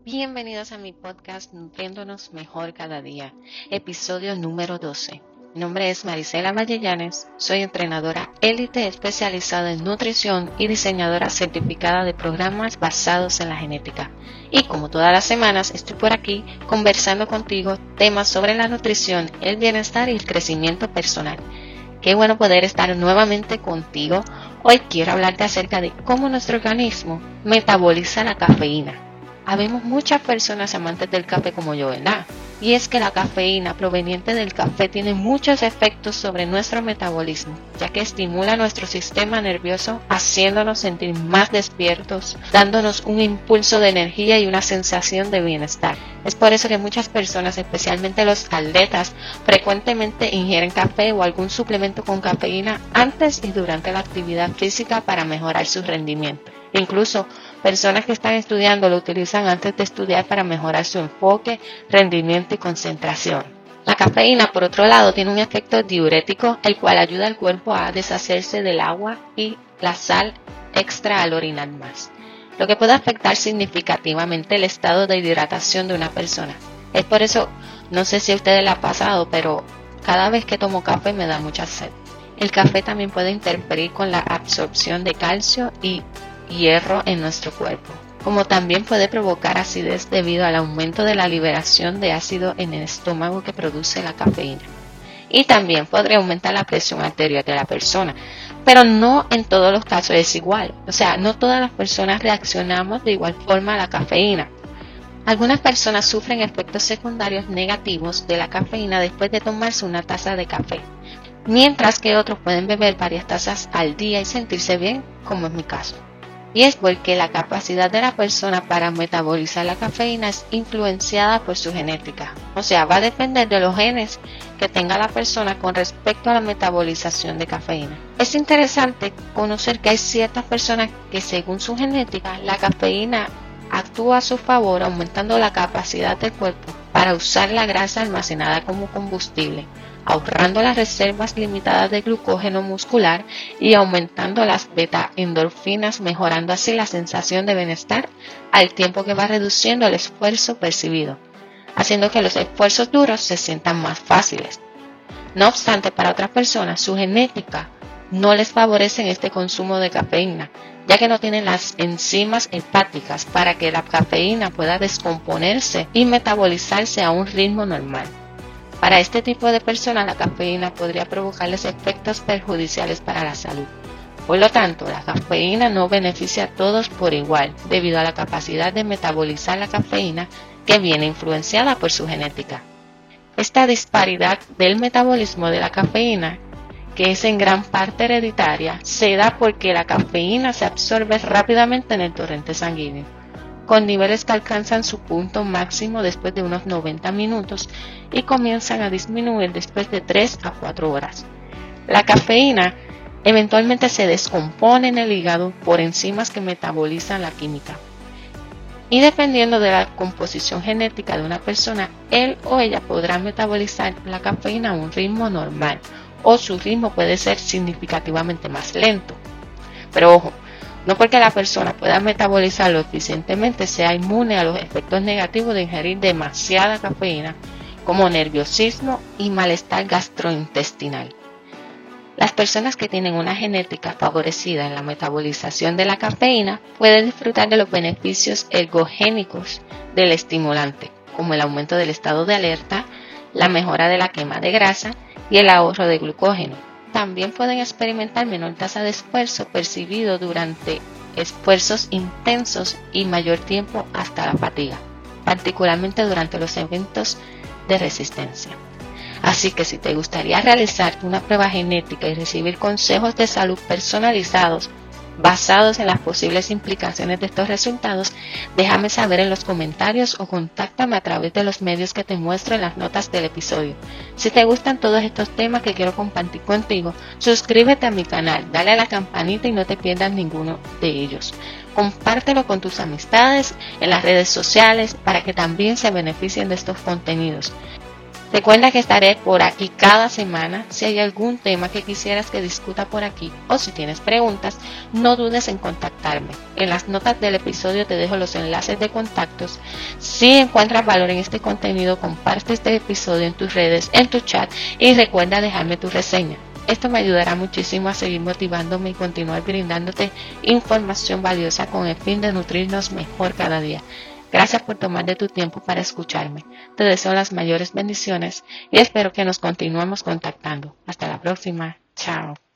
Bienvenidos a mi podcast Nutriéndonos Mejor Cada Día, episodio número 12. Mi nombre es Marisela Vallellanes, soy entrenadora élite especializada en nutrición y diseñadora certificada de programas basados en la genética. Y como todas las semanas estoy por aquí conversando contigo temas sobre la nutrición, el bienestar y el crecimiento personal. Qué bueno poder estar nuevamente contigo. Hoy quiero hablarte acerca de cómo nuestro organismo metaboliza la cafeína. Habemos muchas personas amantes del café como yo, ¿verdad? Y es que la cafeína proveniente del café tiene muchos efectos sobre nuestro metabolismo, ya que estimula nuestro sistema nervioso, haciéndonos sentir más despiertos, dándonos un impulso de energía y una sensación de bienestar. Es por eso que muchas personas, especialmente los atletas, frecuentemente ingieren café o algún suplemento con cafeína antes y durante la actividad física para mejorar su rendimiento. Incluso personas que están estudiando lo utilizan antes de estudiar para mejorar su enfoque, rendimiento y concentración. La cafeína, por otro lado, tiene un efecto diurético, el cual ayuda al cuerpo a deshacerse del agua y la sal extra al orinar más, lo que puede afectar significativamente el estado de hidratación de una persona. Es por eso, no sé si a ustedes les ha pasado, pero cada vez que tomo café me da mucha sed. El café también puede interferir con la absorción de calcio y hierro en nuestro cuerpo, como también puede provocar acidez debido al aumento de la liberación de ácido en el estómago que produce la cafeína. Y también podría aumentar la presión arterial de la persona, pero no en todos los casos es igual. O sea, no todas las personas reaccionamos de igual forma a la cafeína. Algunas personas sufren efectos secundarios negativos de la cafeína después de tomarse una taza de café, mientras que otros pueden beber varias tazas al día y sentirse bien, como es mi caso. Y es porque la capacidad de la persona para metabolizar la cafeína es influenciada por su genética. O sea, va a depender de los genes que tenga la persona con respecto a la metabolización de cafeína. Es interesante conocer que hay ciertas personas que según su genética, la cafeína actúa a su favor aumentando la capacidad del cuerpo para usar la grasa almacenada como combustible, ahorrando las reservas limitadas de glucógeno muscular y aumentando las beta-endorfinas, mejorando así la sensación de bienestar al tiempo que va reduciendo el esfuerzo percibido, haciendo que los esfuerzos duros se sientan más fáciles. No obstante, para otras personas, su genética no les favorece este consumo de cafeína, ya que no tienen las enzimas hepáticas para que la cafeína pueda descomponerse y metabolizarse a un ritmo normal. Para este tipo de personas, la cafeína podría provocarles efectos perjudiciales para la salud. Por lo tanto, la cafeína no beneficia a todos por igual, debido a la capacidad de metabolizar la cafeína que viene influenciada por su genética. Esta disparidad del metabolismo de la cafeína, que es en gran parte hereditaria, se da porque la cafeína se absorbe rápidamente en el torrente sanguíneo, con niveles que alcanzan su punto máximo después de unos 90 minutos y comienzan a disminuir después de 3 a 4 horas. La cafeína eventualmente se descompone en el hígado por enzimas que metabolizan la química. Y dependiendo de la composición genética de una persona, él o ella podrá metabolizar la cafeína a un ritmo normal, o su ritmo puede ser significativamente más lento. Pero ojo, no porque la persona pueda metabolizarlo eficientemente sea inmune a los efectos negativos de ingerir demasiada cafeína, como nerviosismo y malestar gastrointestinal. Las personas que tienen una genética favorecida en la metabolización de la cafeína pueden disfrutar de los beneficios ergogénicos del estimulante, como el aumento del estado de alerta, la mejora de la quema de grasa y el ahorro de glucógeno. También pueden experimentar menor tasa de esfuerzo percibido durante esfuerzos intensos y mayor tiempo hasta la fatiga, particularmente durante los eventos de resistencia. Así que si te gustaría realizar una prueba genética y recibir consejos de salud personalizados basados en las posibles implicaciones de estos resultados, déjame saber en los comentarios o contáctame a través de los medios que te muestro en las notas del episodio. Si te gustan todos estos temas que quiero compartir contigo, suscríbete a mi canal, dale a la campanita y no te pierdas ninguno de ellos. Compártelo con tus amistades en las redes sociales para que también se beneficien de estos contenidos. Recuerda que estaré por aquí cada semana. Si hay algún tema que quisieras que discuta por aquí o si tienes preguntas, no dudes en contactarme. En las notas del episodio te dejo los enlaces de contactos. Si encuentras valor en este contenido, comparte este episodio en tus redes, en tu chat y recuerda dejarme tu reseña. Esto me ayudará muchísimo a seguir motivándome y continuar brindándote información valiosa con el fin de nutrirnos mejor cada día. Gracias por tomar de tu tiempo para escucharme. Te deseo las mayores bendiciones y espero que nos continuemos contactando. Hasta la próxima. Chao.